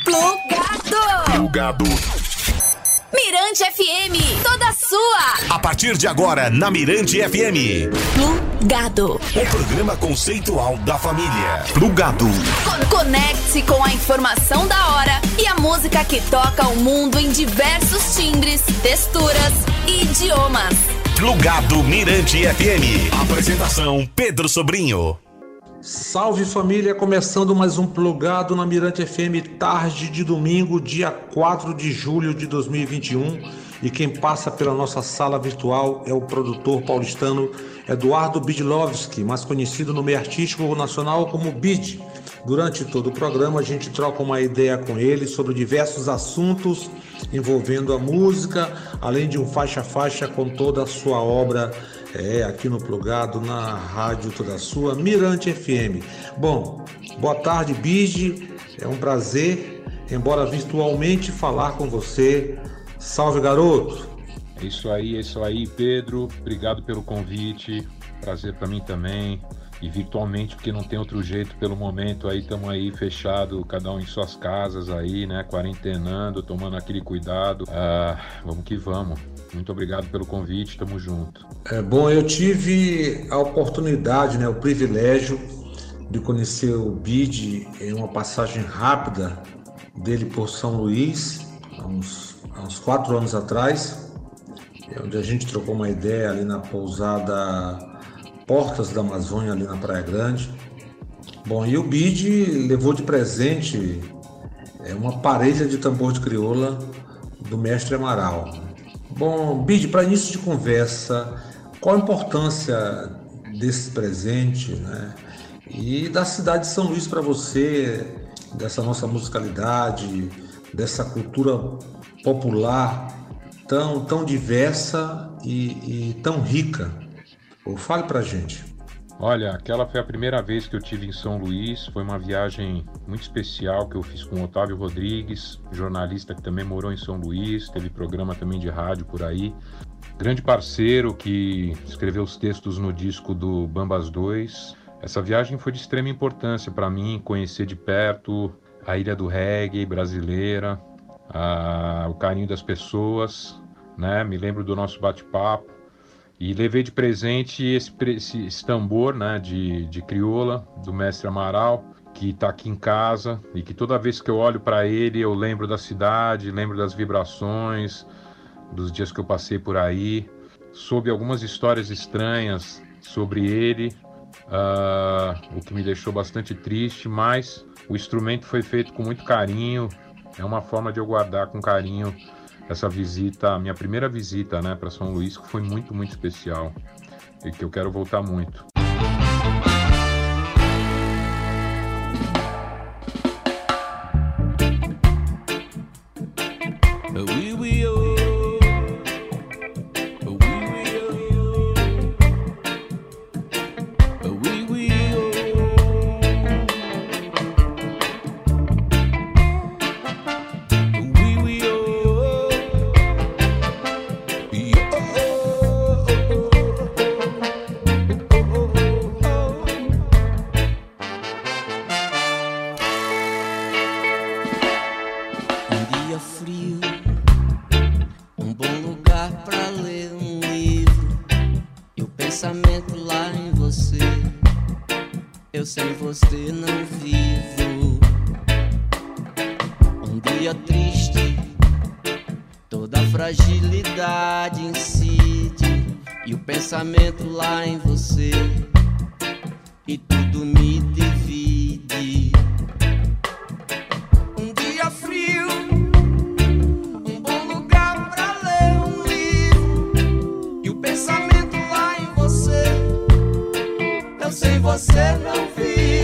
Plugado. Mirante FM, toda sua. A partir de agora, na Mirante FM. Plugado. O programa conceitual da família. Plugado. Conecte-se com a informação da hora e a música que toca o mundo em diversos timbres, texturas e idiomas. Plugado Mirante FM. Apresentação Pedro Sobrinho. Salve família, começando mais um Plugado na Mirante FM, tarde de domingo, dia 4 de julho de 2021. E quem passa pela nossa sala virtual é o produtor paulistano Eduardo Bidlovski, mais conhecido no meio artístico nacional como Bid. Durante todo o programa a gente troca uma ideia com ele sobre diversos assuntos envolvendo a música, além de um faixa-faixa com toda a sua obra aqui no Plugado, na rádio toda sua, Mirante FM. Bom, boa tarde, Bid. É um prazer, embora virtualmente, falar com você. Salve, garoto. É isso aí, Pedro. Obrigado pelo convite. Prazer para mim também. E virtualmente, porque não tem outro jeito pelo momento. Aí estamos aí fechado, cada um em suas casas aí, né? Quarentenando, tomando aquele cuidado. Vamos que vamos. Muito obrigado pelo convite, tamo junto. Bom, eu tive a oportunidade, o privilégio de conhecer o Bid em uma passagem rápida dele por São Luís, há uns 4 anos atrás, onde a gente trocou uma ideia ali na pousada Portas da Amazônia, ali na Praia Grande. Bom, e o Bid levou de presente uma parelha de tambor de crioula do mestre Amaral. Bom, Bid, para início de conversa, qual a importância desse presente, e da cidade de São Luís para você, dessa nossa musicalidade, dessa cultura popular tão diversa e tão rica? Fale pra gente. Olha, aquela foi a primeira vez que eu estive em São Luís. Foi uma viagem muito especial que eu fiz com o Otávio Rodrigues, jornalista que também morou em São Luís, teve programa também de rádio por aí. Grande parceiro que escreveu os textos no disco do Bambas 2. Essa viagem foi de extrema importância para mim, conhecer de perto a ilha do reggae brasileira, o carinho das pessoas, Me lembro do nosso bate-papo. E levei de presente esse tambor, de crioula, do mestre Amaral, que está aqui em casa, e que toda vez que eu olho para ele, eu lembro da cidade, lembro das vibrações, dos dias que eu passei por aí. Soube algumas histórias estranhas sobre ele, o que me deixou bastante triste, mas o instrumento foi feito com muito carinho. É uma forma de eu guardar com carinho essa visita, a minha primeira visita, para São Luís, que foi muito, muito especial e que eu quero voltar muito. Sem você não vivo. Um dia triste, toda a fragilidade incide, e o pensamento lá em você, e tudo me divide. Um dia frio, um bom lugar pra ler um livro, e o pensamento lá em você, eu sem você não vivo.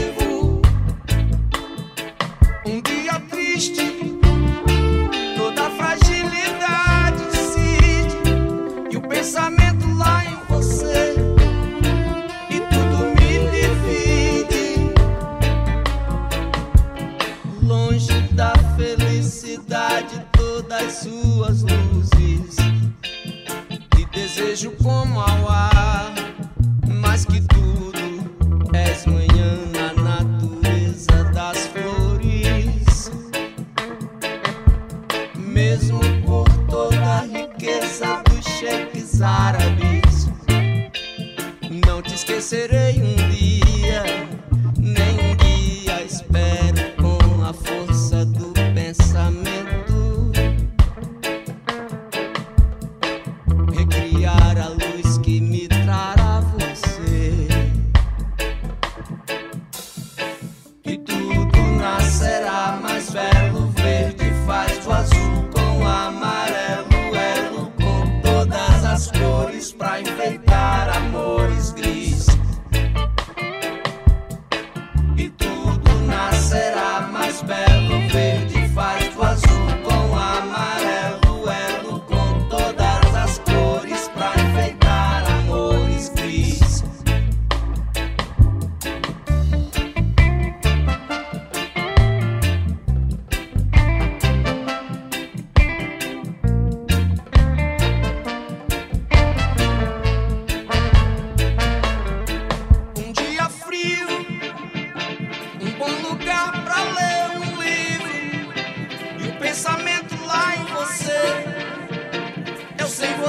Um dia triste, toda a fragilidade incide, e o pensamento lá em você, e tudo me divide. Longe da felicidade, todas as suas luzes, te desejo como ao ar, mais que tudo és manhã na natureza das flores.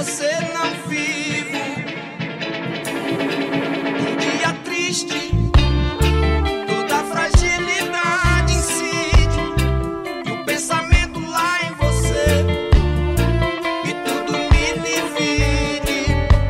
você não vivo. Um dia triste, toda fragilidade incide, e o pensamento lá em você, e tudo me divide.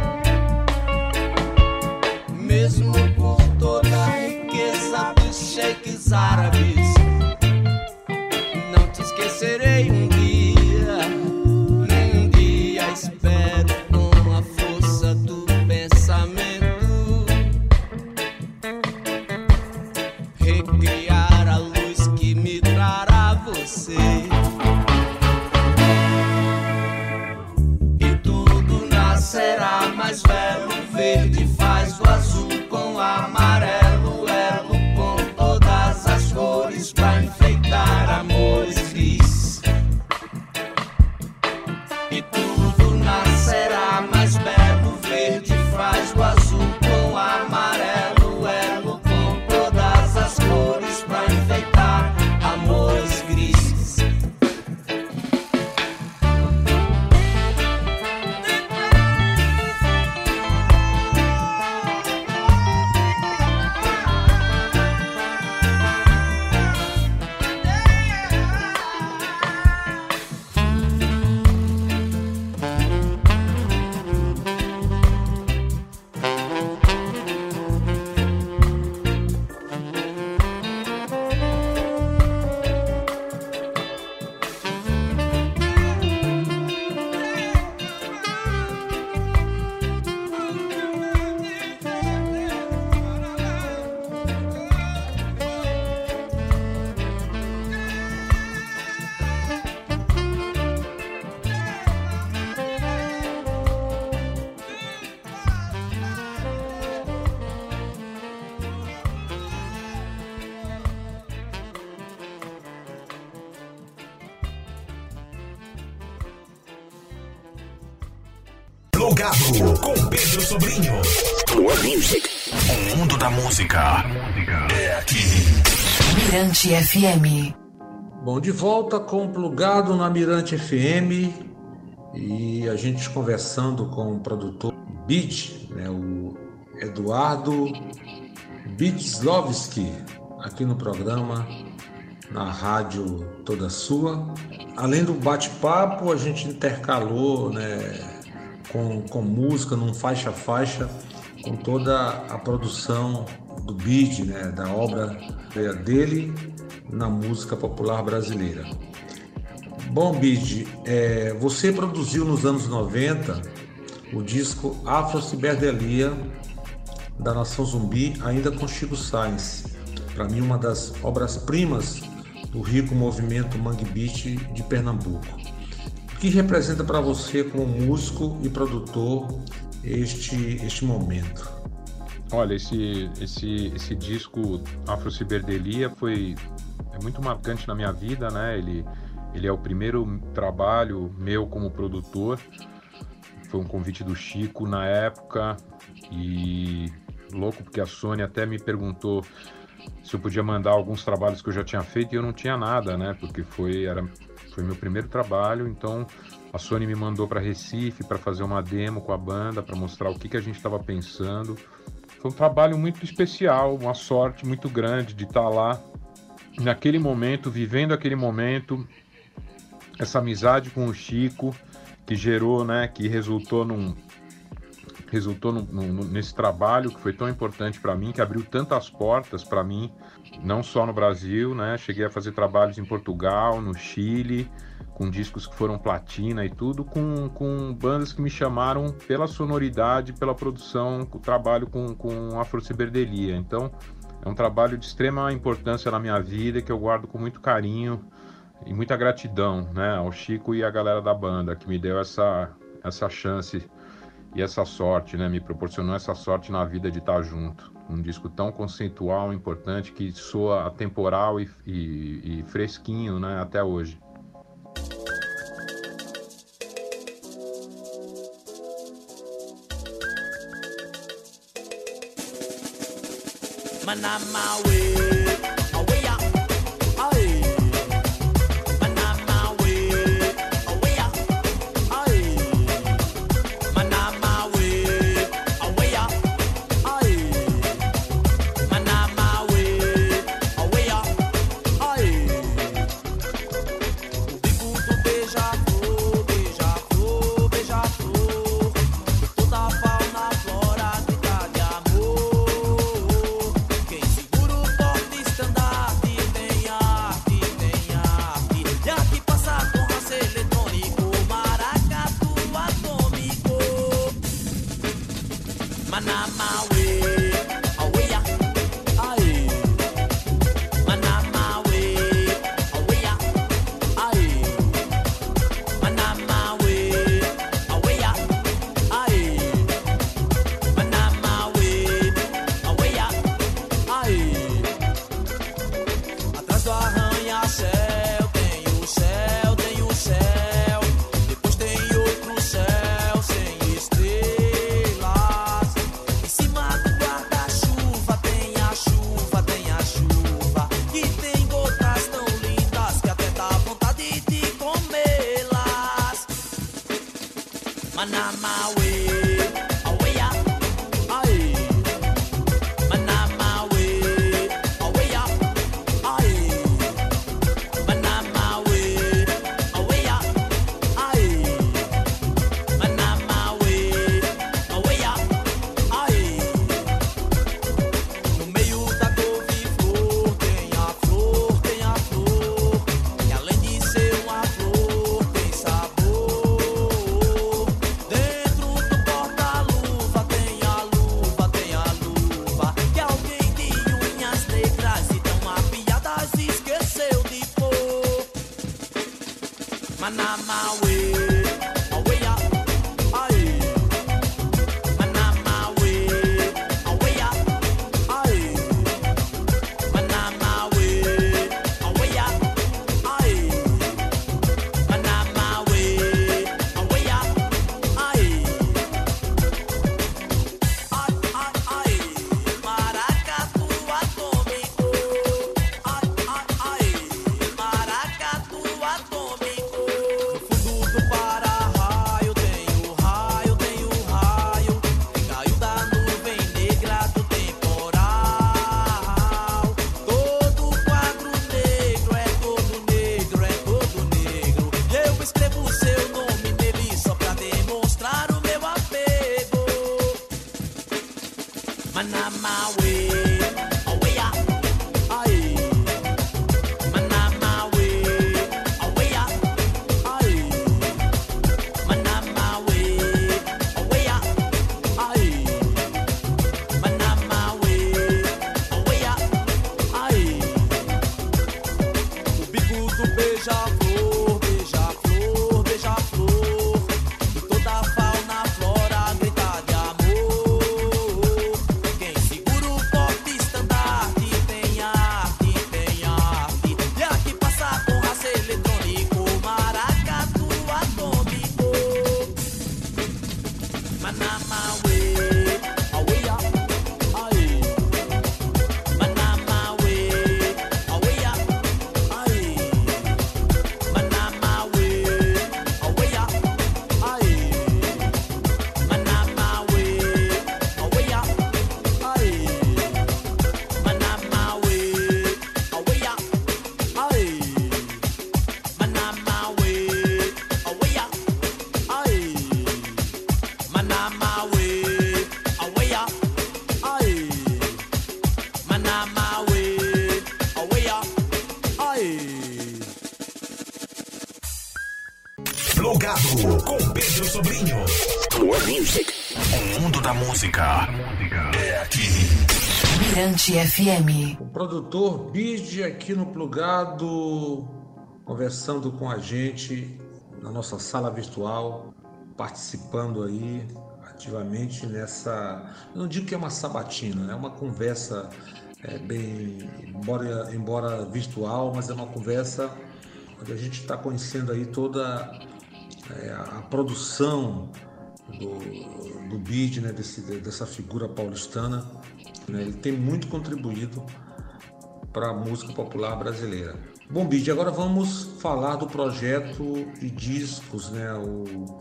Mesmo por toda a riqueza dos sheiks árabes, não te esquecerei um dia, nem um dia. Espero com a força do pensamento recriar a luz que me trará você. E tudo nascerá mais belo. Verde faz o azul com o amarelo, elo com todas as cores pra enfeitar amores gris. E tudo nascerá mais belo. Verde faz o azul com o amarelo, elo com todas as cores pra enfeitar amores gris. Plugado com Pedro Sobrinho. Plug Music. O mundo da música é aqui. Mirante FM. Bom, de volta com o Plugado na Mirante FM, e a gente conversando com o produtor Beat, né, o Eduardo Bitzlovski, aqui no programa, na rádio Toda Sua. Além do bate-papo, a gente intercalou, né, com música, num faixa-faixa, com toda a produção do Bid, né, da obra dele na música popular brasileira. Bom, Bid, você produziu nos anos 90 o disco Afro-Ciberdelia da Nação Zumbi, ainda com Chico Sainz. Para mim, uma das obras-primas do rico movimento Mangue Beat de Pernambuco. O que representa para você, como músico e produtor, este momento? Olha, esse disco Afro-Ciberdelia é muito marcante na minha vida, né? Ele é o primeiro trabalho meu como produtor. Foi um convite do Chico na época, e louco porque a Sony até me perguntou se eu podia mandar alguns trabalhos que eu já tinha feito, e eu não tinha nada, né? Porque foi meu primeiro trabalho. Então a Sony me mandou para Recife para fazer uma demo com a banda, para mostrar o que a gente estava pensando. Foi um trabalho muito especial, uma sorte muito grande de estar lá naquele momento, vivendo aquele momento, essa amizade com o Chico que gerou, né, que resultou nesse trabalho que foi tão importante para mim, que abriu tantas portas para mim, não só no Brasil, né? Cheguei a fazer trabalhos em Portugal, no Chile, com discos que foram platina e tudo, com bandas que me chamaram pela sonoridade, pela produção, o trabalho com Afro-Ciberdelia. Então, é um trabalho de extrema importância na minha vida, que eu guardo com muito carinho e muita gratidão, né, ao Chico e à galera da banda, que me deu essa chance e essa sorte, né, me proporcionou essa sorte na vida de estar junto. Um disco tão conceitual, importante, que soa atemporal e fresquinho, né, até hoje. Man, I'm my way up, aye. Man, I'm my way up, aye. Plugado com Pedro Sobrinho. More Music. O mundo da música é aqui. Mirante FM. O produtor Bid aqui no Plugado, conversando com a gente na nossa sala virtual, participando aí ativamente nessa, eu não digo que é uma sabatina, é uma conversa bem, embora virtual, mas é uma conversa onde a gente está conhecendo aí toda a produção do Bid, né, dessa figura paulistana, né, ele tem muito contribuído para a música popular brasileira. Bom, Bid, agora vamos falar do projeto de discos, né, o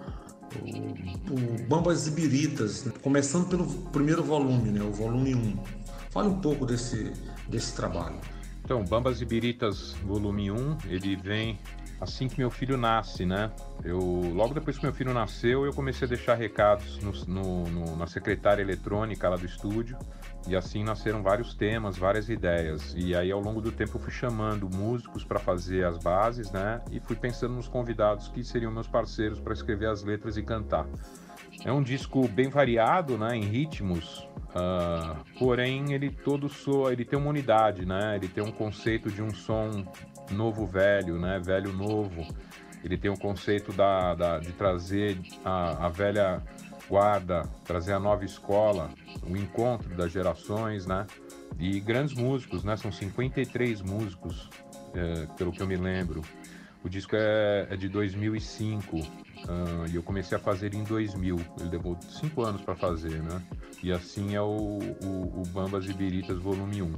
Bambas e Biritas, né, começando pelo primeiro volume, né, o volume 1. Fale um pouco desse trabalho. Então, Bambas e Biritas, volume 1, ele vem assim que meu filho nasce, né? Logo depois que meu filho nasceu, eu comecei a deixar recados na secretária eletrônica lá do estúdio, e assim nasceram vários temas, várias ideias. E aí, ao longo do tempo, eu fui chamando músicos para fazer as bases, né? E fui pensando nos convidados que seriam meus parceiros para escrever as letras e cantar. É um disco bem variado, né, em ritmos, porém ele tem uma unidade, né? Ele tem um conceito de um som novo-velho, né? Velho-novo. Ele tem um conceito de trazer a velha guarda, trazer a nova escola, o encontro das gerações, né? E grandes músicos, né? São 53 músicos, pelo que eu me lembro. O disco é de 2005 e eu comecei a fazer ele em 2000. Ele levou 5 anos para fazer, né? E assim é o Bambas e Biritas volume 1.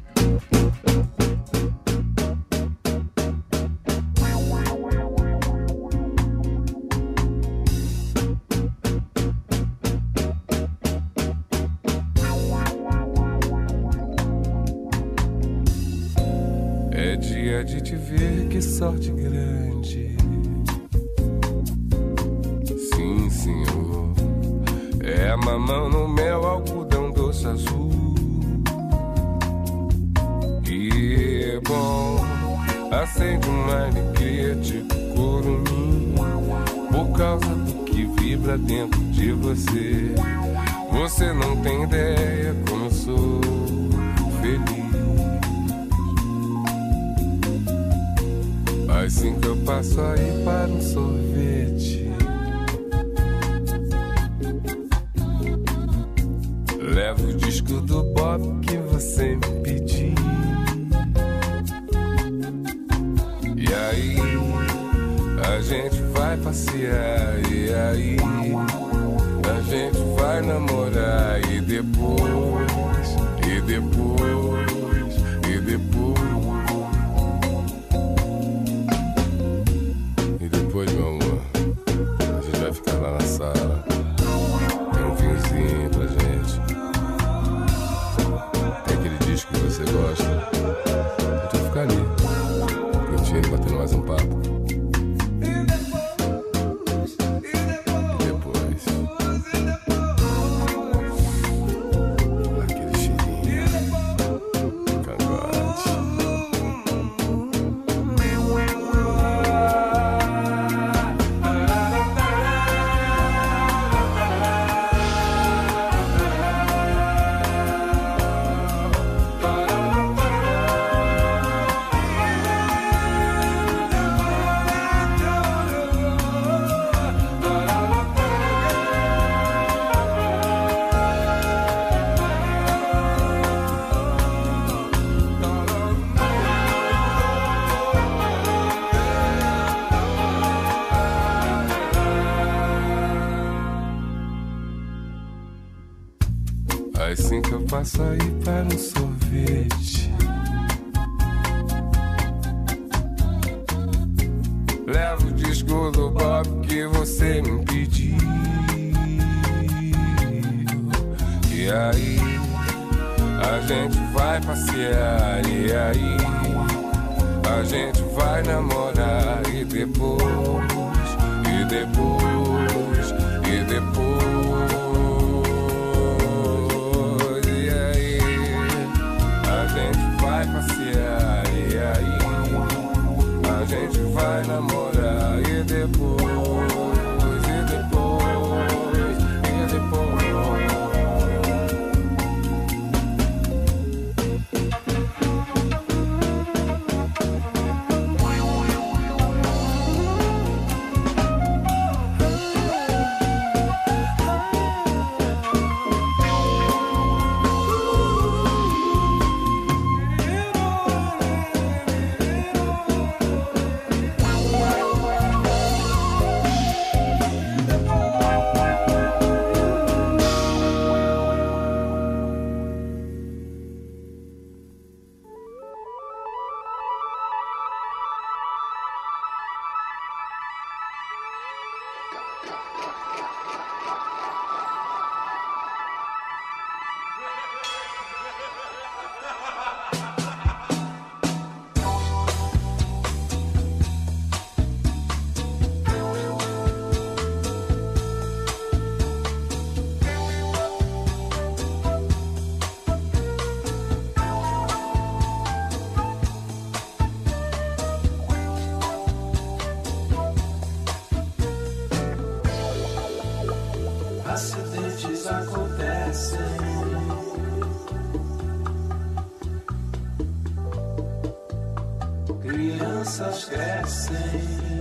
sorte grande. Sim, senhor. É mamão no mel, algodão doce azul. E bom, acende uma alegria tipo curumim, por causa do que vibra dentro de você. Você não tem ideia como eu sou feliz. Assim que eu passo aí para um sorvete, levo o disco do Bob que você me pediu. E aí, a gente vai passear. E aí, a gente vai namorar. E depois, e depois, e depois. E depois, meu amor, a gente vai ficar lá na sala. Tem um vinhozinho pra gente. Tem aquele disco que você gosta. A gente vai ficar ali, curtindo, batendo mais um papo. Assim que eu passo aí para um sorvete, levo o disco do Bob que você me pediu. E aí, a gente vai passear. E aí, a gente vai namorar. E depois, e depois, e depois. Vai passear, e aí a gente vai namorar. E depois, e depois, e depois. Acidentes acontecem, crianças crescem,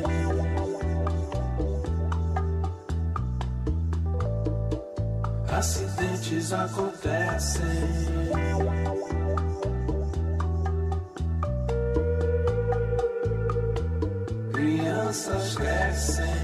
acidentes acontecem, crianças crescem.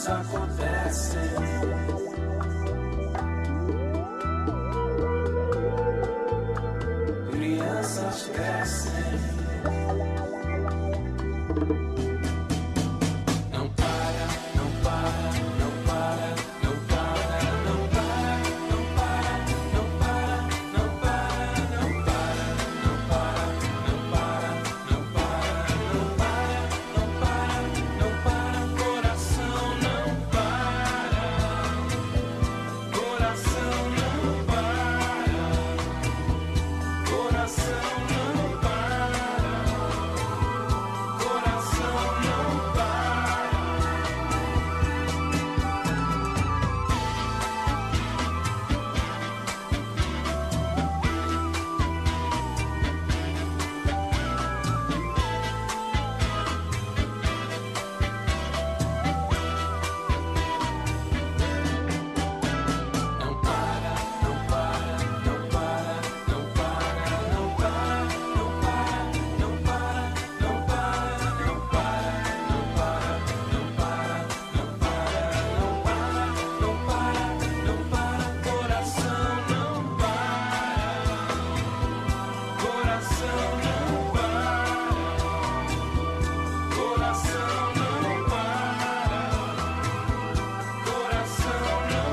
acontecem. Crianças crescem. Não para, não para, não para, não para, não para, não para, não para, não para, não para, não para, não para, não para, não para, não para, não para, coração não para, coração não para, coração não para, coração não para. Não para, não para, não para, não para, não para, não para, não para, não para, não para, não para, não para, não para, não para, não para, não para, coração não para, coração não para, coração não para, coração não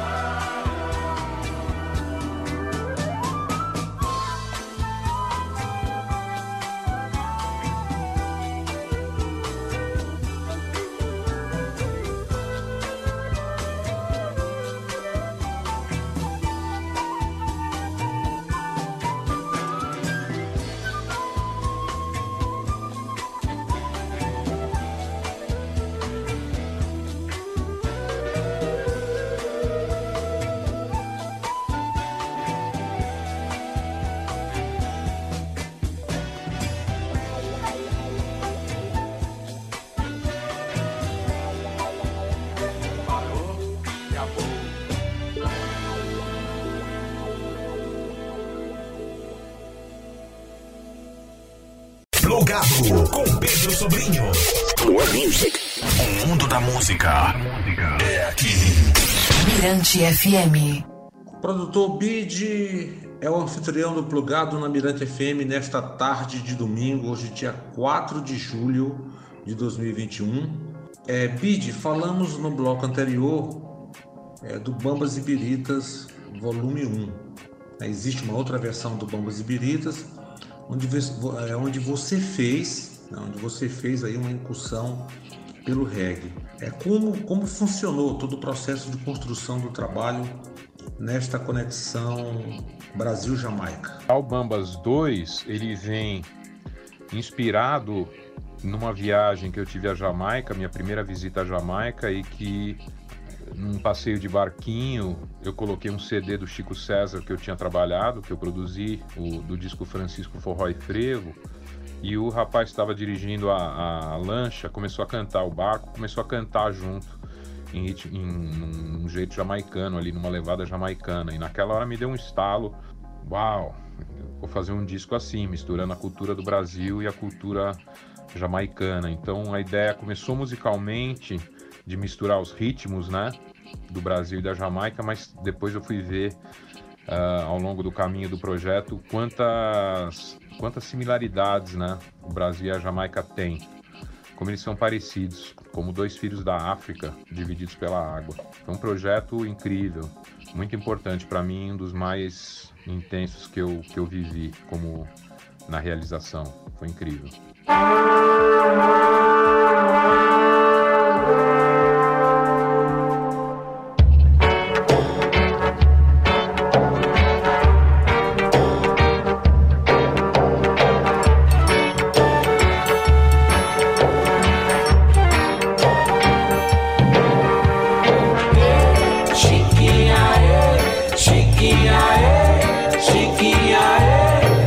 parou, acabou. Plugado com Pedro Sobrinho. More Music. O mundo da música é aqui. Mirante FM. O produtor Bid é o anfitrião do Plugado na Mirante FM nesta tarde de domingo, hoje dia 4 de julho de 2021. Bid, falamos no bloco anterior do Bambas e Biritas, volume 1. Existe uma outra versão do Bambas e Biritas, onde você fez aí uma incursão pelo reggae. Como funcionou todo o processo de construção do trabalho nesta conexão Brasil-Jamaica? O Bambas 2, ele vem inspirado numa viagem que eu tive à Jamaica, minha primeira visita à Jamaica, e que num passeio de barquinho eu coloquei um CD do Chico César que eu tinha trabalhado, que eu produzi, do disco Francisco Forró e Frevo, e o rapaz estava dirigindo a lancha, começou a cantar, o barco começou a cantar junto, num jeito jamaicano ali, numa levada jamaicana, e naquela hora me deu um estalo, uau, vou fazer um disco assim, misturando a cultura do Brasil e a cultura jamaicana. Então a ideia começou musicalmente de misturar os ritmos, né, do Brasil e da Jamaica, mas depois eu fui ver ao longo do caminho do projeto quantas similaridades, né, o Brasil e a Jamaica têm, como eles são parecidos, como dois filhos da África divididos pela água. Foi um projeto incrível, muito importante para mim, um dos mais intensos que eu vivi como na realização. Foi incrível.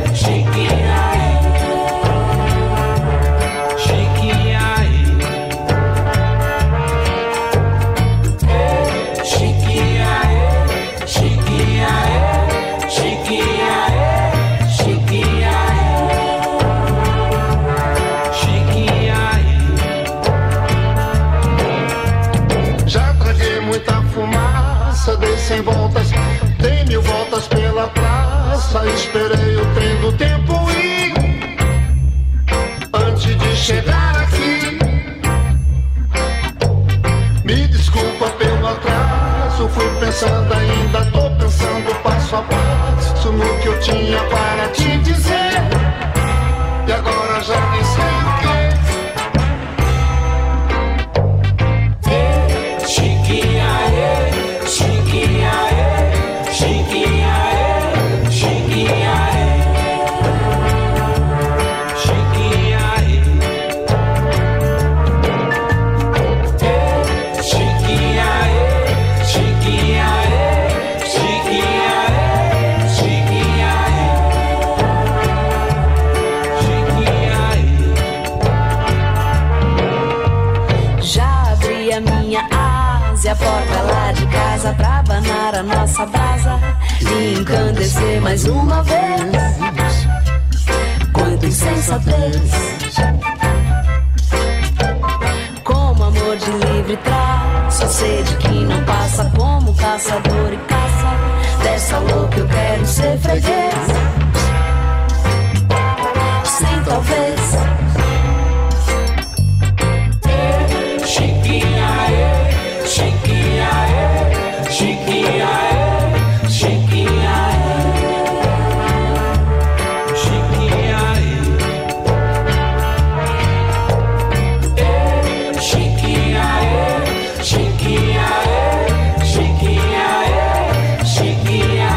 Chiquinha, muita fumaça, dei 100 voltas, dei 1000 voltas pela praça. Esperei o trem do tempo ir antes de chegar aqui. Me desculpa pelo atraso, fui pensando ainda, tô pensando passo a passo no que eu tinha para te dizer. E agora já nem sei o que. Chiquinha, chiquinha, chiquinha, chiquinha, chiquinha, chiquinha, chiquinha, chiquinha, chiquinha, chiquinha. Já abri a minha asa e a porta lá de casa pra abanar a nossa brasa e encandecer mais uma vez. Quanta insensatez, como amor de livre traço, a sede que não passa, como caçador e caça. Dessa louca eu quero ser freguês, sem talvez. Chiquinha, chiquinha, chiquinha, chiquinha, chiquinha, chiquinha, chiquinha, chiquinha, chiquinha,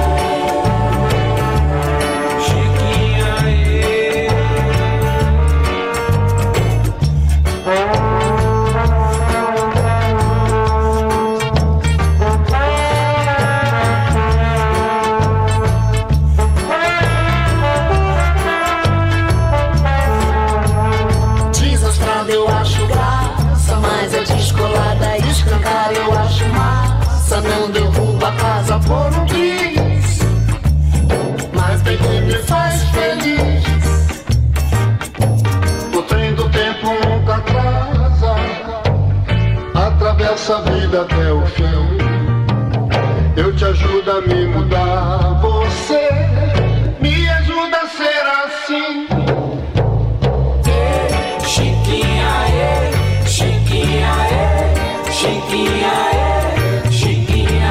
eu acho graça, mas é descolada e escancar eu acho massa. Não derruba a casa por um bis, mas bem que me faz feliz. O trem do tempo nunca atrasa, atravessa a vida até o fim. Eu te ajudo a me mudar, você me ajuda a ser assim. Chiquinha, chiquinha, chiquinha, chiquinha, chiquinha,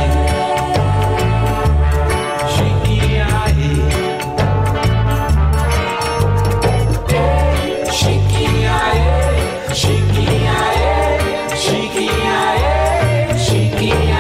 chiquinha, chiquinha, chiquinha, chiquinha.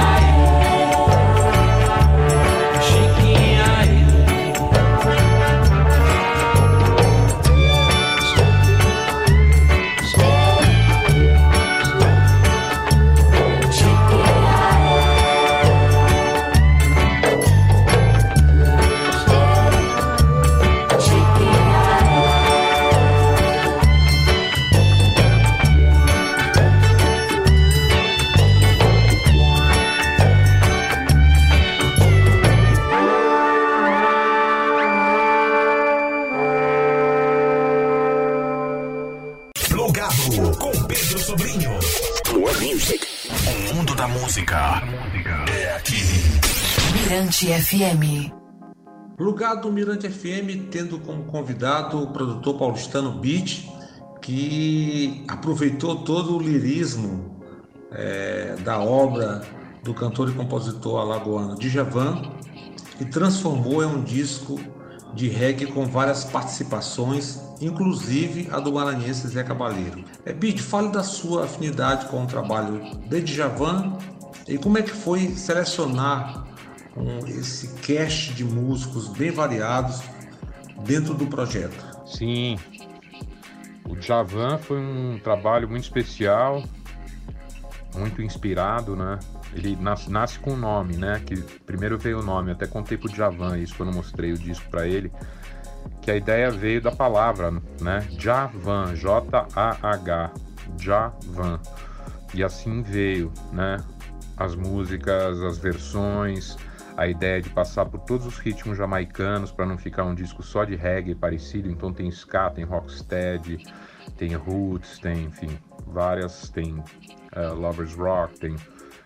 Com Pedro Sobrinho. More Music. O mundo da música é aqui. Mirante FM. Plugado do Mirante FM, tendo como convidado o produtor paulistano Beat, que aproveitou todo o lirismo da obra do cantor e compositor alagoano Djavan e transformou em um disco de reggae com várias participações, inclusive a do maranhense Zé Cabaleiro. Beat, fale da sua afinidade com o trabalho de Djavan e como é que foi selecionar esse cast de músicos bem variados dentro do projeto. Sim, o Djavan foi um trabalho muito especial, muito inspirado, né? Ele nasce com o nome, né? Que primeiro veio o nome, até contei pro Djavan isso quando mostrei o disco para ele, que a ideia veio da palavra, né? Djavan, J-A-H, Djavan. E assim veio, né? As músicas, as versões, a ideia de passar por todos os ritmos jamaicanos para não ficar um disco só de reggae parecido. Então tem ska, tem rocksteady, tem roots, tem, enfim, várias, tem lovers rock, tem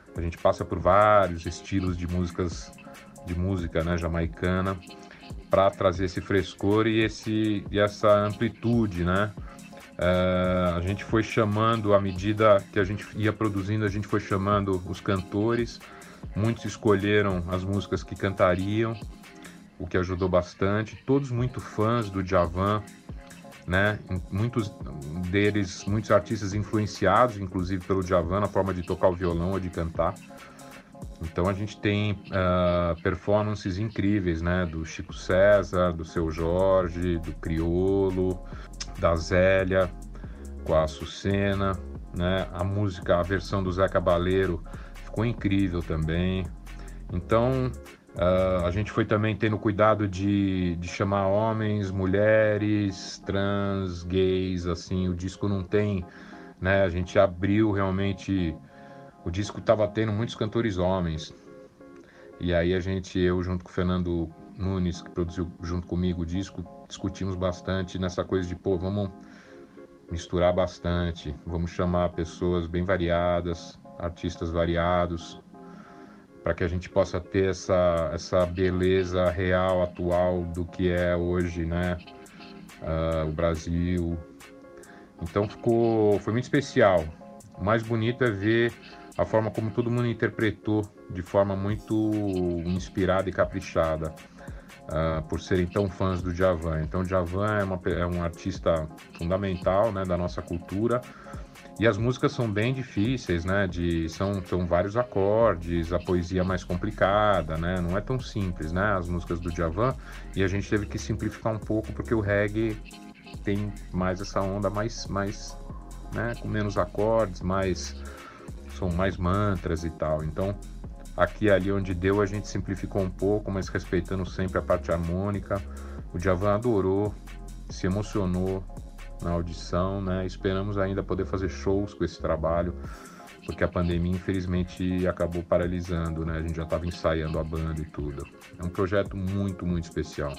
A gente passa por vários estilos de música, né, jamaicana, para trazer esse frescor e essa amplitude, né? A gente foi chamando, à medida que a gente ia produzindo, a gente foi chamando os cantores. Muitos escolheram as músicas que cantariam, o que ajudou bastante. Todos muito fãs do Djavan, né? Muitos deles, muitos artistas influenciados, inclusive pelo Djavan, na forma de tocar o violão ou de cantar. Então a gente tem performances incríveis, né? Do Chico César, do Seu Jorge, do Criolo, da Zélia, com a Açucena, né? A versão do Zé Cabaleiro ficou incrível também. Então a gente foi também tendo cuidado de chamar homens, mulheres, trans, gays, assim. O disco não tem, né? A gente abriu realmente. O disco estava tendo muitos cantores homens. E aí eu junto com o Fernando Nunes, que produziu junto comigo o disco, discutimos bastante nessa coisa de, vamos misturar bastante, vamos chamar pessoas bem variadas, artistas variados, para que a gente possa ter essa beleza real, atual do que é hoje, né? O Brasil. Então foi muito especial. O mais bonito é ver a forma como todo mundo interpretou de forma muito inspirada e caprichada, por serem tão fãs do Djavan. Então o Djavan é um artista fundamental, né, da nossa cultura, e as músicas são bem difíceis, né, são vários acordes, a poesia mais complicada, né, não é tão simples, né, as músicas do Djavan, e a gente teve que simplificar um pouco porque o reggae tem mais essa onda mais né, com menos acordes, são mais mantras e tal. Então, aqui e ali onde deu, a gente simplificou um pouco, mas respeitando sempre a parte harmônica. O Djavan adorou, se emocionou na audição, né? Esperamos ainda poder fazer shows com esse trabalho, porque a pandemia, infelizmente, acabou paralisando, né? A gente já estava ensaiando a banda e tudo. É um projeto muito, muito especial.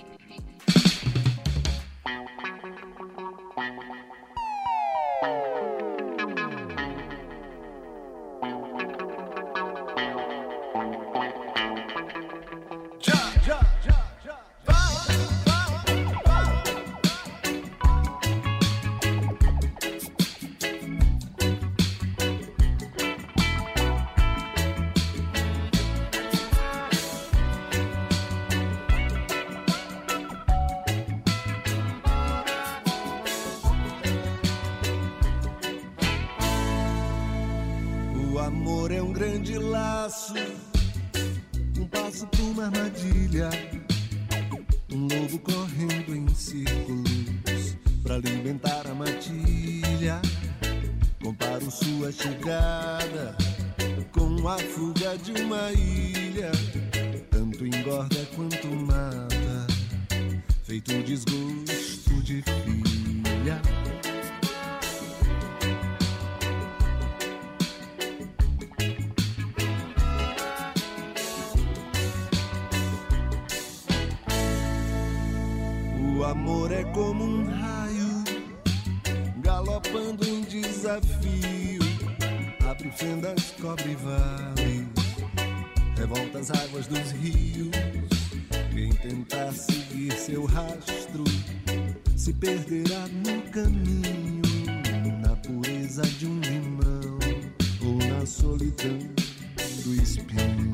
O amor é como um raio, galopando em desafio, abre fendas, cobre vales, revolta as águas dos rios. Quem tentar seguir seu rastro se perderá no caminho, na pureza de um limão ou na solidão do espinho.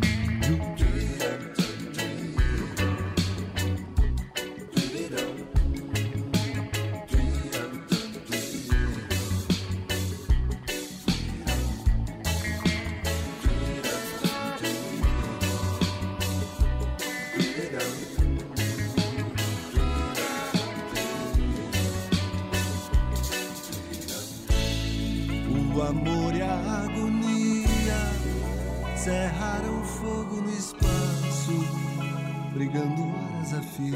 O amor e a agonia cerraram fogo no espaço, brigando horas a fio.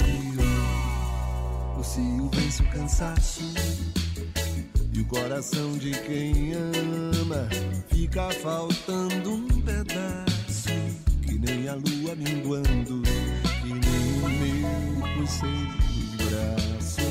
O cio vence o cansaço e o coração de quem ama fica faltando um pedaço, que nem a lua minguando, que nem o meu pulseiro braço.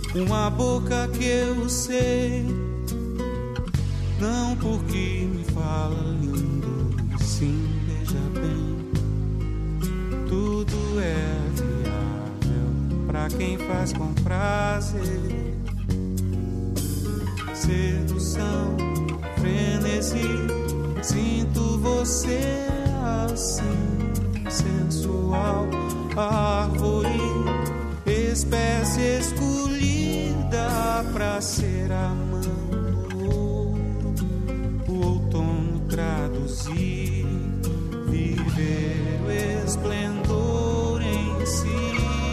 Uma boca que eu sei, não porque me fala lindo, sim, veja bem, tudo é viável pra quem faz com prazer. Sedução, frenesi, sinto você assim, sensual, árvore, espécie escolhida pra ser a mão do ouro, o outono traduzir, viver o esplendor em si.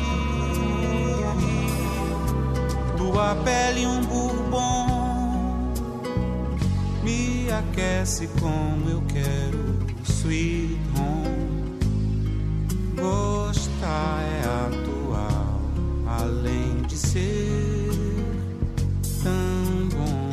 Tua pele um bourbon me aquece como eu quero, sweet home. Gostar é atual, além de ser tão bom.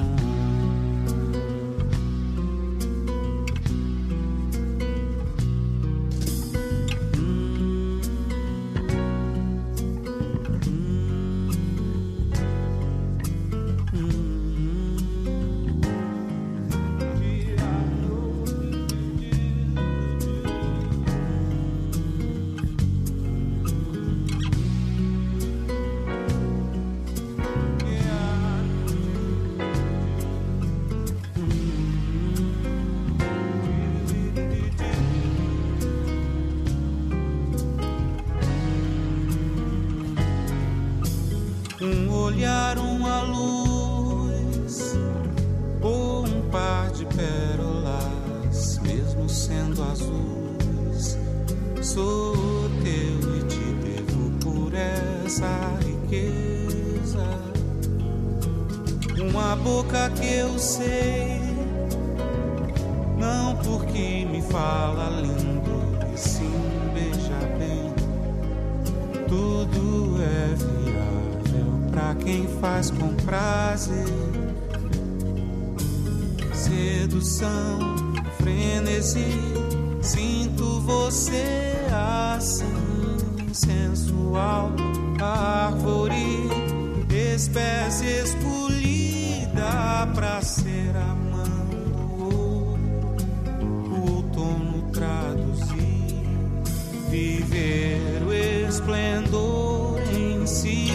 Um olhar, uma luz, ou um par de pérolas, mesmo sendo azuis, sou teu e te devo por essa riqueza. Uma boca que eu sei, não porque me fala lindo, e sim, beija bem, tudo é viável pra quem faz com prazer. Sedução, frenesi, sinto você assim, sensual, árvore, espécie escolhida pra ser a mão do ouro, o outono traduzir, viver o esplendor em si.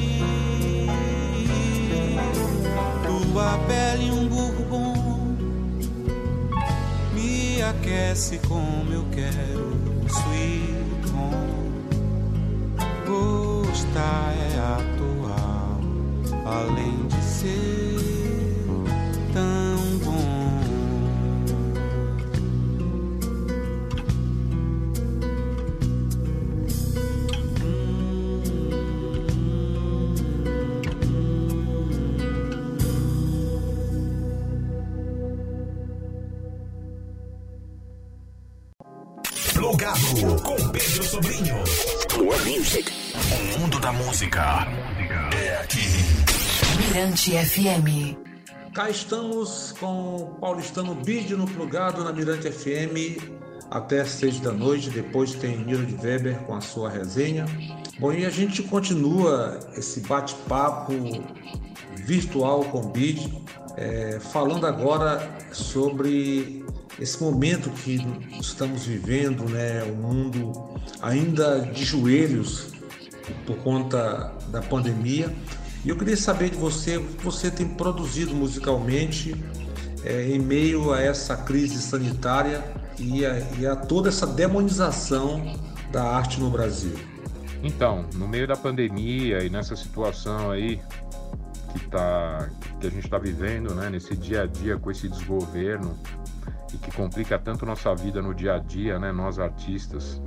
Tua pele um bourbon me aquece como eu quero, sweet home. Gostar é atual, além de ser tão bom. Plugado com Pedro Sobrinho. More Music. O mundo da música é aqui. Mirante FM. Cá estamos com o paulistano Bid no Plugado na Mirante FM até às 6 da noite. Depois tem Nilo de Weber com a sua resenha. Bom, e a gente continua esse bate-papo virtual com o Bid, falando agora sobre esse momento que estamos vivendo, né? O mundo ainda de joelhos por conta da pandemia. E eu queria saber de você, o que você tem produzido musicalmente em meio a essa crise sanitária e a toda essa demonização da arte no Brasil. Então, no meio da pandemia e nessa situação aí que a gente está vivendo, né? Nesse dia a dia com esse desgoverno, e que complica tanto nossa vida no dia a dia, né? Nós artistas,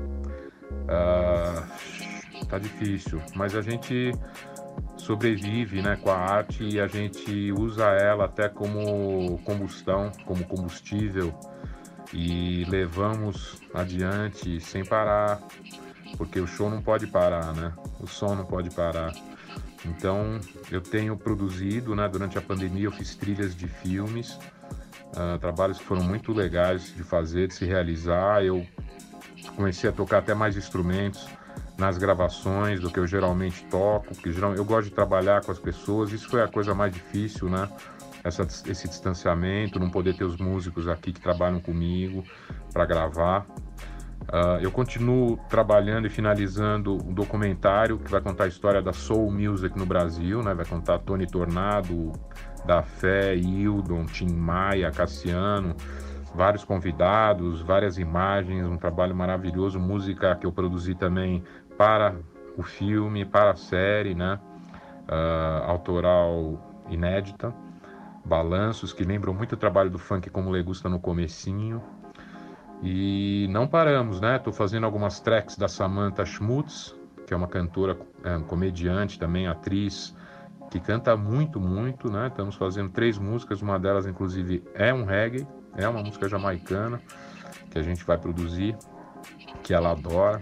tá difícil, mas a gente sobrevive, né, com a arte, e a gente usa ela até como combustão, como combustível, e levamos adiante sem parar, porque o show não pode parar, né? O som não pode parar. Então eu tenho produzido, né? Durante a pandemia eu fiz trilhas de filmes, trabalhos que foram muito legais de fazer, de se realizar. Eu comecei a tocar até mais instrumentos, nas gravações do que eu geralmente toco, porque eu gosto de trabalhar com as pessoas. Isso foi a coisa mais difícil, né? Esse distanciamento, não poder ter os músicos aqui que trabalham comigo para gravar. Eu continuo trabalhando e finalizando um documentário que vai contar a história da Soul Music no Brasil, né? Vai contar Tony Tornado, Da Fé, Hildon, Tim Maia, Cassiano, vários convidados, várias imagens, um trabalho maravilhoso, música que eu produzi também para o filme, para a série, né? Autoral inédita, balanços que lembram muito o trabalho do Funk Como Legusta no comecinho. E não paramos, né? Tô fazendo algumas tracks da Samantha Schmutz, que é uma cantora, comediante também, atriz, que canta muito, muito, né? Estamos fazendo 3 músicas, uma delas inclusive é um reggae, é uma música jamaicana que a gente vai produzir, que ela adora.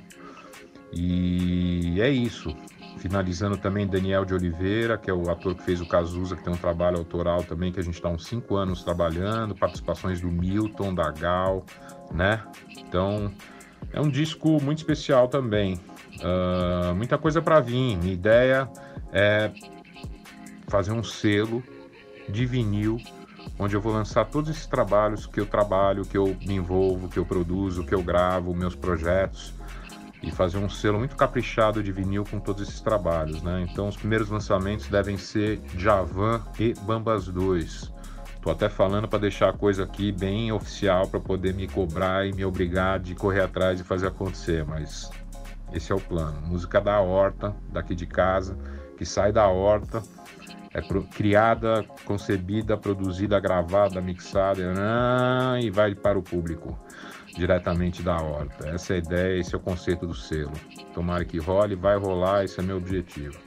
E é isso. Finalizando também Daniel de Oliveira, que é o ator que fez o Cazuza, que tem um trabalho autoral também, que a gente está há uns 5 anos trabalhando, participações do Milton, da Gal, né? Então, é um disco muito especial também. Muita coisa para vir. Minha ideia é fazer um selo de vinil, onde eu vou lançar todos esses trabalhos que eu trabalho, que eu me envolvo, que eu produzo, que eu gravo, meus projetos, e fazer um selo muito caprichado de vinil com todos esses trabalhos, né? Então, os primeiros lançamentos devem ser Djavan e Bambas 2. Tô até falando para deixar a coisa aqui bem oficial, para poder me cobrar e me obrigar de correr atrás e fazer acontecer, mas esse é o plano. Música da horta, daqui de casa, que sai da horta, é criada, concebida, produzida, gravada, mixada e vai para o público diretamente da horta. Essa é a ideia, esse é o conceito do selo. Tomara que role, vai rolar, esse é meu objetivo.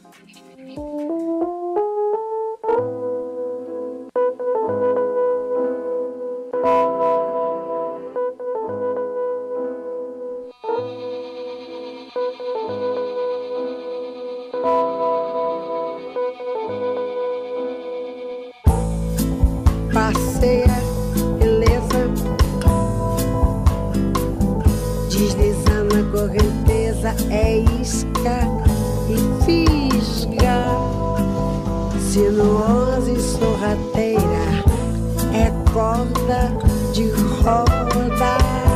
É isca e fisga, sinuosa e sorrateira, é corda de roda,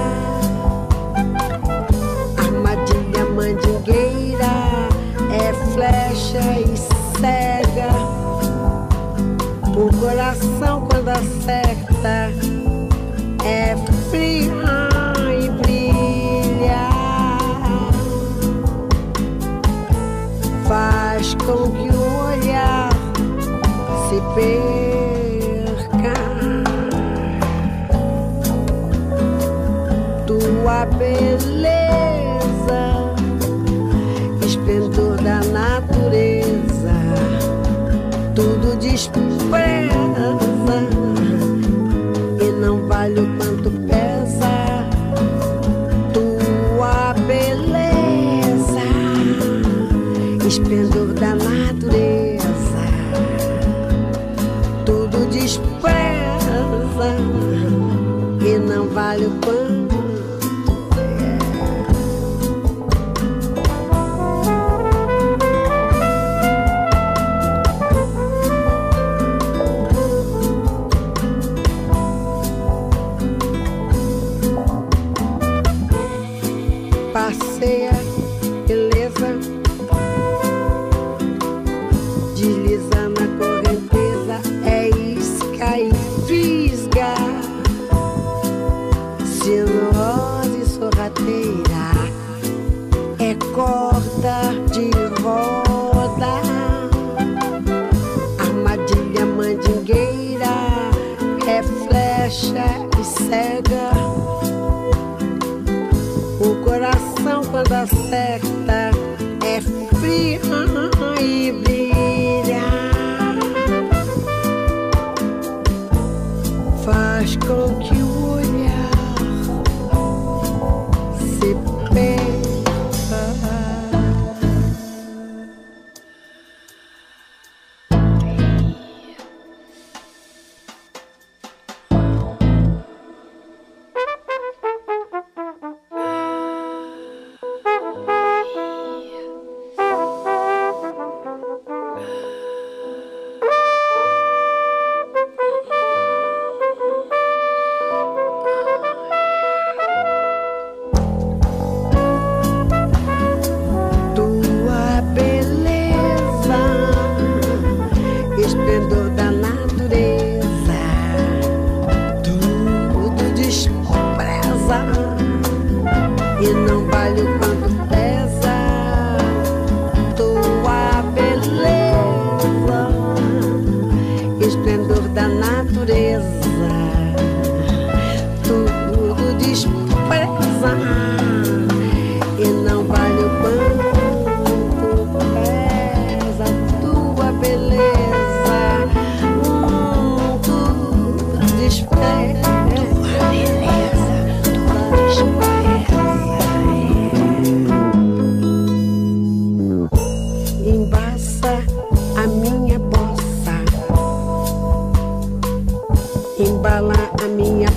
armadilha mandingueira, é flecha e cega, o coração quando acerta é frio e brilha. Faz com que o olhar se perca. Tua beleza, esplendor da natureza, tudo despreza e não vale o quanto pesa. Tua beleza, esplendor da natureza, tudo despreza e não vale o quanto passeia, beleza, desliza na correnteza, é isca e fisga, sinuosa e sorrateira, é corda de roda, armadilha mandingueira, é flecha e cega, o coração quando acerta é frio e brilha. Faz com que o olhar se perca.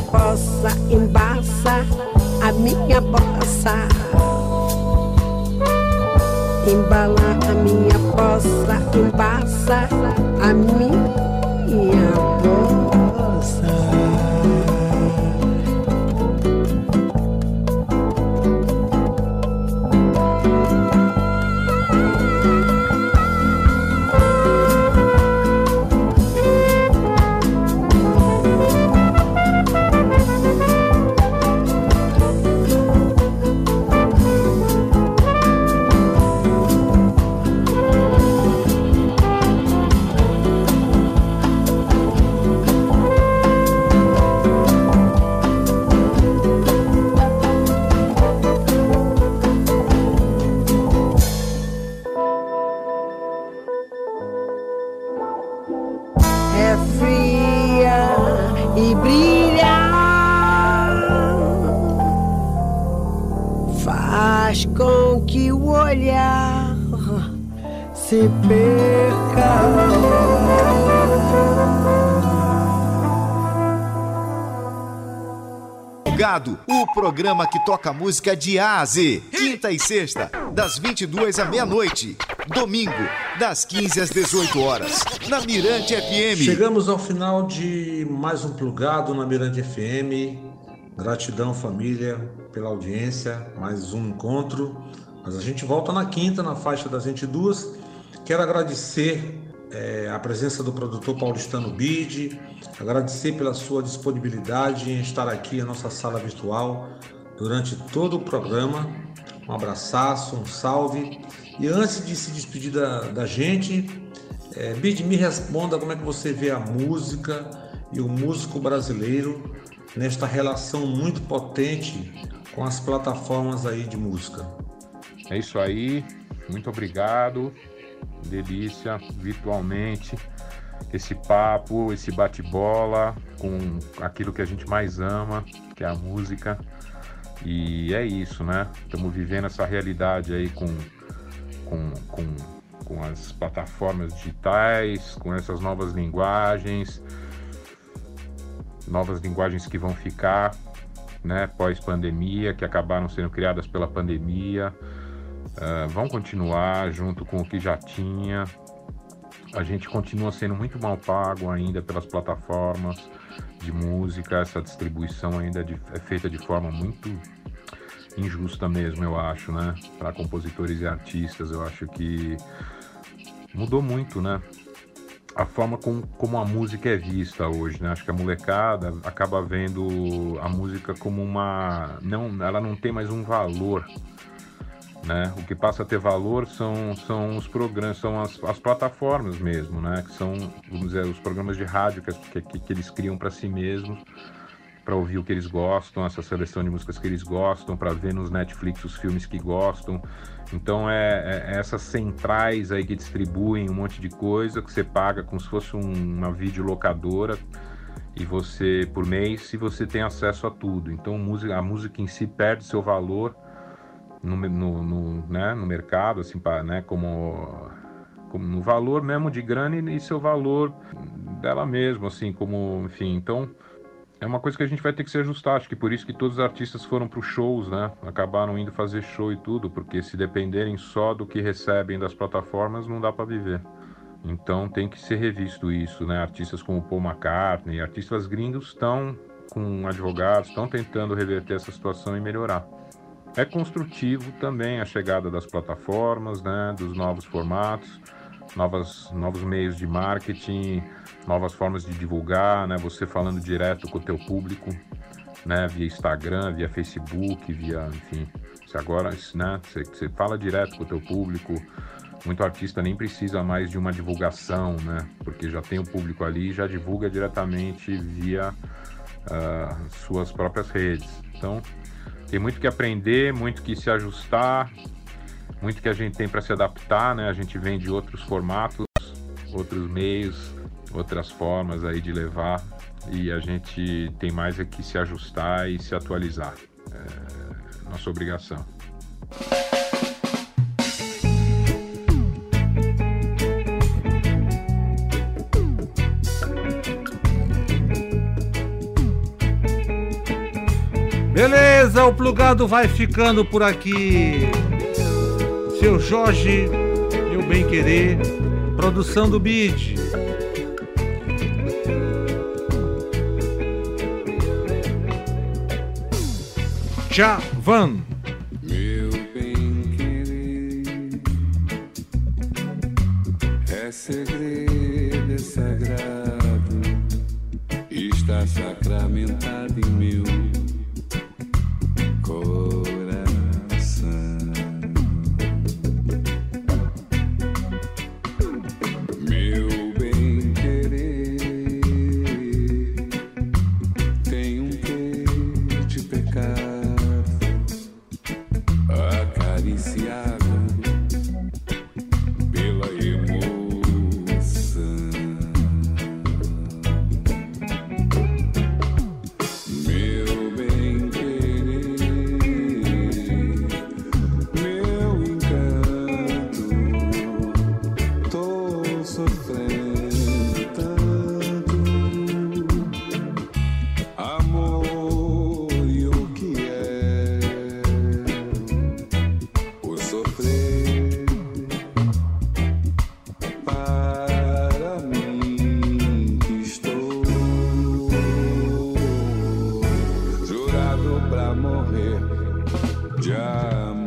poça embaça a minha bossa. Embala a minha poça, embaça a minha bossa. Se perca. Plugado, o programa que toca música de A a Z. Quinta e sexta, das 22 à meia-noite. Domingo, das 15 às 18 horas, na Mirante FM. Chegamos ao final de mais um Plugado na Mirante FM. Gratidão, família, pela audiência. Mais um encontro. Mas a gente volta na quinta, na faixa das 22. Quero agradecer a presença do produtor paulistano Bide, agradecer pela sua disponibilidade em estar aqui na nossa sala virtual durante todo o programa. Um abraçaço, um salve. E antes de se despedir da gente, Bide, me responda como é que você vê a música e o músico brasileiro nesta relação muito potente com as plataformas aí de música. É isso aí, muito obrigado. Delícia, virtualmente, esse papo, esse bate-bola com aquilo que a gente mais ama, que é a música. E é isso, né? Estamos vivendo essa realidade aí com as plataformas digitais, com essas novas linguagens que vão ficar, né, pós-pandemia, que acabaram sendo criadas pela pandemia. Vão continuar junto com o que já tinha. A gente continua sendo muito mal pago ainda pelas plataformas de música. Essa distribuição ainda é feita de forma muito injusta mesmo, eu acho, né? Para compositores e artistas, eu acho que mudou muito, né? A forma como a música é vista hoje, né? Acho que a molecada acaba vendo a música como ela não tem mais um valor, né? O que passa a ter valor são os programas, são as plataformas mesmo, né? Que são, vamos dizer, os programas de rádio que eles criam para si mesmos, para ouvir o que eles gostam, essa seleção de músicas que eles gostam, para ver nos Netflix os filmes que gostam. Então é essas centrais aí que distribuem um monte de coisa que você paga como se fosse uma videolocadora e você, por mês, e você tem acesso a tudo. Então a música em si perde seu valor no mercado, assim, né, como no valor mesmo de grana e seu valor dela mesmo, assim, como, enfim. Então é uma coisa que a gente vai ter que se ajustar. Acho que por isso que todos os artistas foram para os shows, né, acabaram indo fazer show e tudo, porque se dependerem só do que recebem das plataformas, não dá para viver. Então tem que ser revisto isso, né? Artistas como Paul McCartney, artistas gringos estão com advogados, estão tentando reverter essa situação e melhorar. É construtivo também a chegada das plataformas, né, dos novos formatos, novos meios de marketing, novas formas de divulgar, né, você falando direto com o teu público, né, via Instagram, via Facebook, enfim, agora, né, você fala direto com o teu público. Muito artista nem precisa mais de uma divulgação, né, porque já tem o público ali e já divulga diretamente via suas próprias redes. Então tem muito que aprender, muito que se ajustar, muito que a gente tem para se adaptar, né? A gente vem de outros formatos, outros meios, outras formas aí de levar, e a gente tem mais é que se ajustar e se atualizar. É nossa obrigação. Beleza, o Plugado vai ficando por aqui. Seu Jorge, meu bem querer, produção do Bid. Javan. Meu bem querer é segredo, é sagrado, está sacramentado em meu coração. Meu bem querer tem um quê de pecado, acariciado pela emoção. Meu bem querer, meu encanto, tô sofrendo tanto, amor, e o que é o sofrer para mim que estou jurado pra morrer de amor.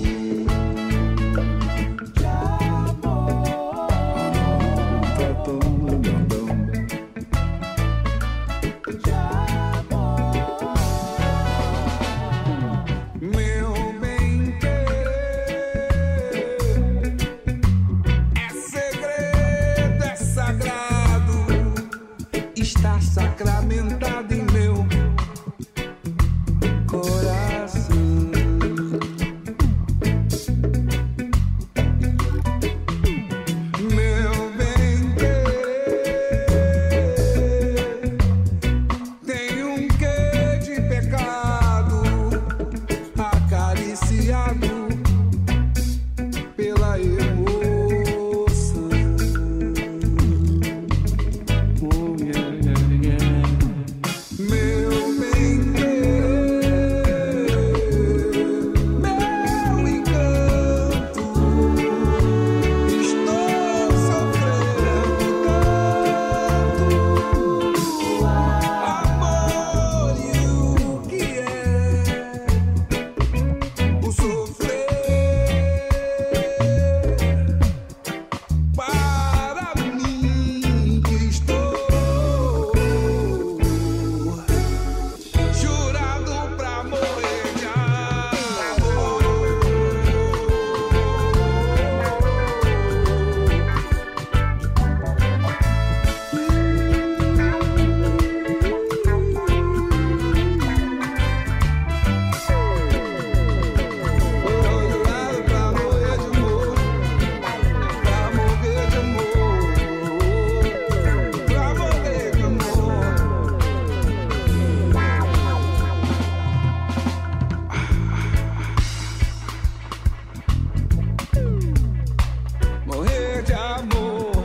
Meu bem querer é segredo, é sagrado, está sacramentado em meu coração. Meu bem querer tem um quê de pecado, acariciado pela emoção. Meu bem querer, meu encanto, estou sofrendo tanto, amor, e o que é o sofrer para mim que estou jurado pra morrer de amor. Jurado pra morrer de amor, pra morrer de amor, pra morrer de amor. Morrer de amor.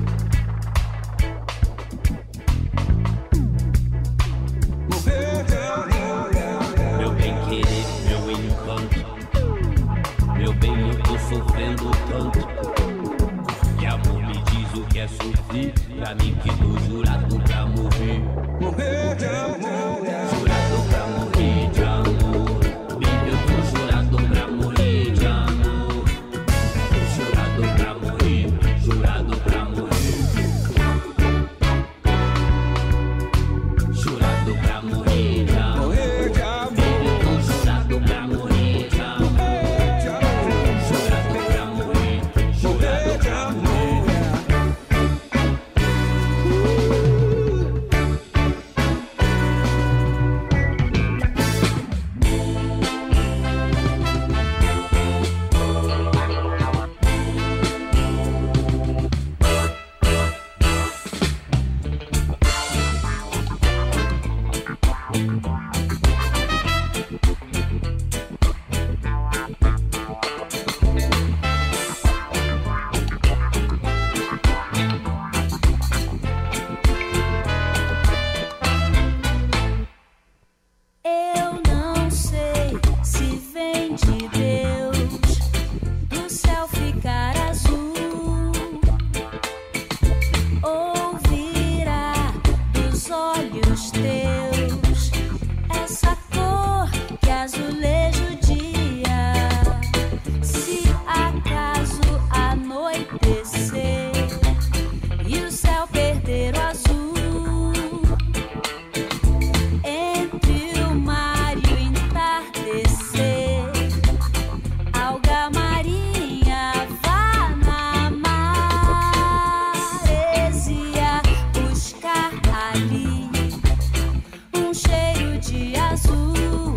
Morrer de amor. Meu bem querer, meu encanto, meu bem, eu tô sofrendo tanto. E amor me diz o que é sofrer, pra mim que tô jurado pra morrer. Morrer de amor. Jurado pra morrer de amor, baby, eu tô jurado pra morrer de amor. Jurado pra morrer, jurado pra morrer. Jurado pra morrer de amor. Morrer de amor. Baby, eu tô jurado pra morrer de amor. Jurado pra morrer, jurado pra morrer. Eu não de azul.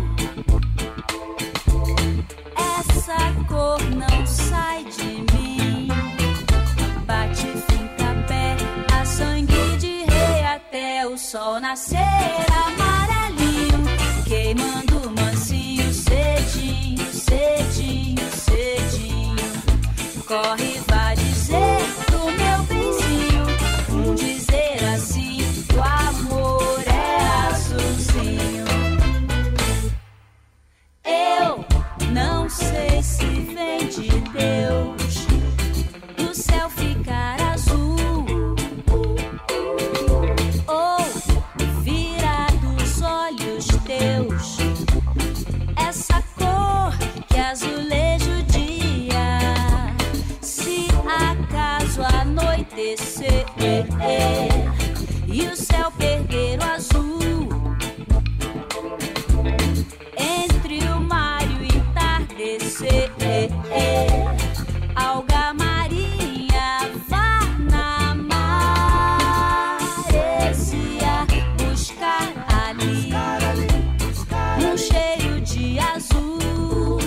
Essa cor não sai de mim. Bate, finca, pé, a sangue de rei até o sol nascer amarelinho, queimando mansinho, cedinho, cedinho, cedinho. Corre, vai dizer pro meu benzinho, dizer assim, o amor é azulzinho. Eu não sei se vem de Deus do céu ficar azul ou virar dos olhos teus essa cor que azuleja o dia. Se acaso anoitecer e o céu perder o azul entre o mar e o entardecer, alga marinha vá na maresia buscar ali um cheiro de azul.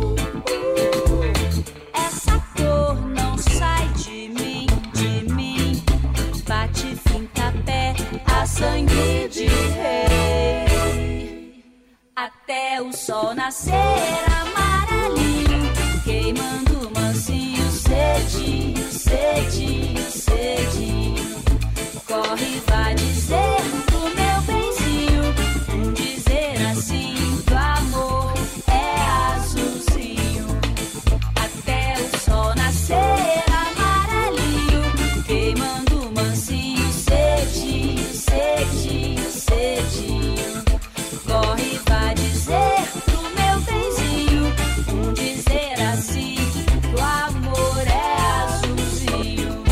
Essa cor não sai de mim, bate, finca, pé, a sangue de rei até o sol nascer amarelinho, queimando mansinho, cedinho, cedinho, cedinho. Corre, vai dizer pro meu benzinho, dizer assim, que o amor é azulzinho até o sol nascer amarelinho, queimando mansinho, cedinho, cedinho, cedinho. Corre, vai dizer pro meu benzinho, dizer assim, que o amor é azulzinho.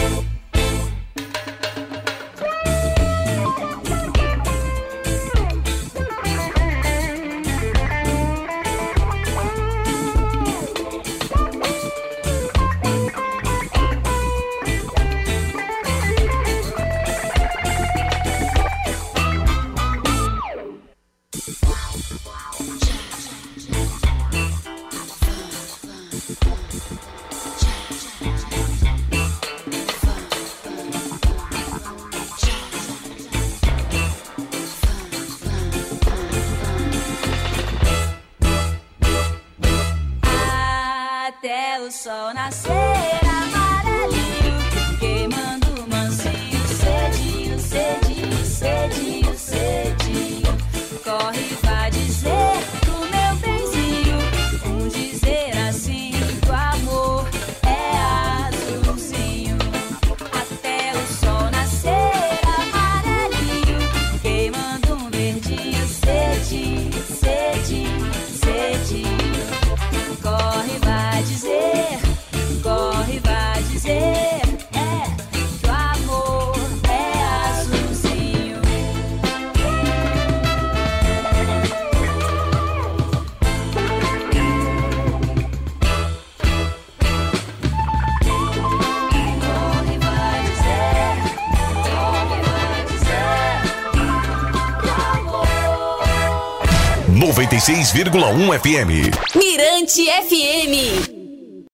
96,1 FM. Mirante FM.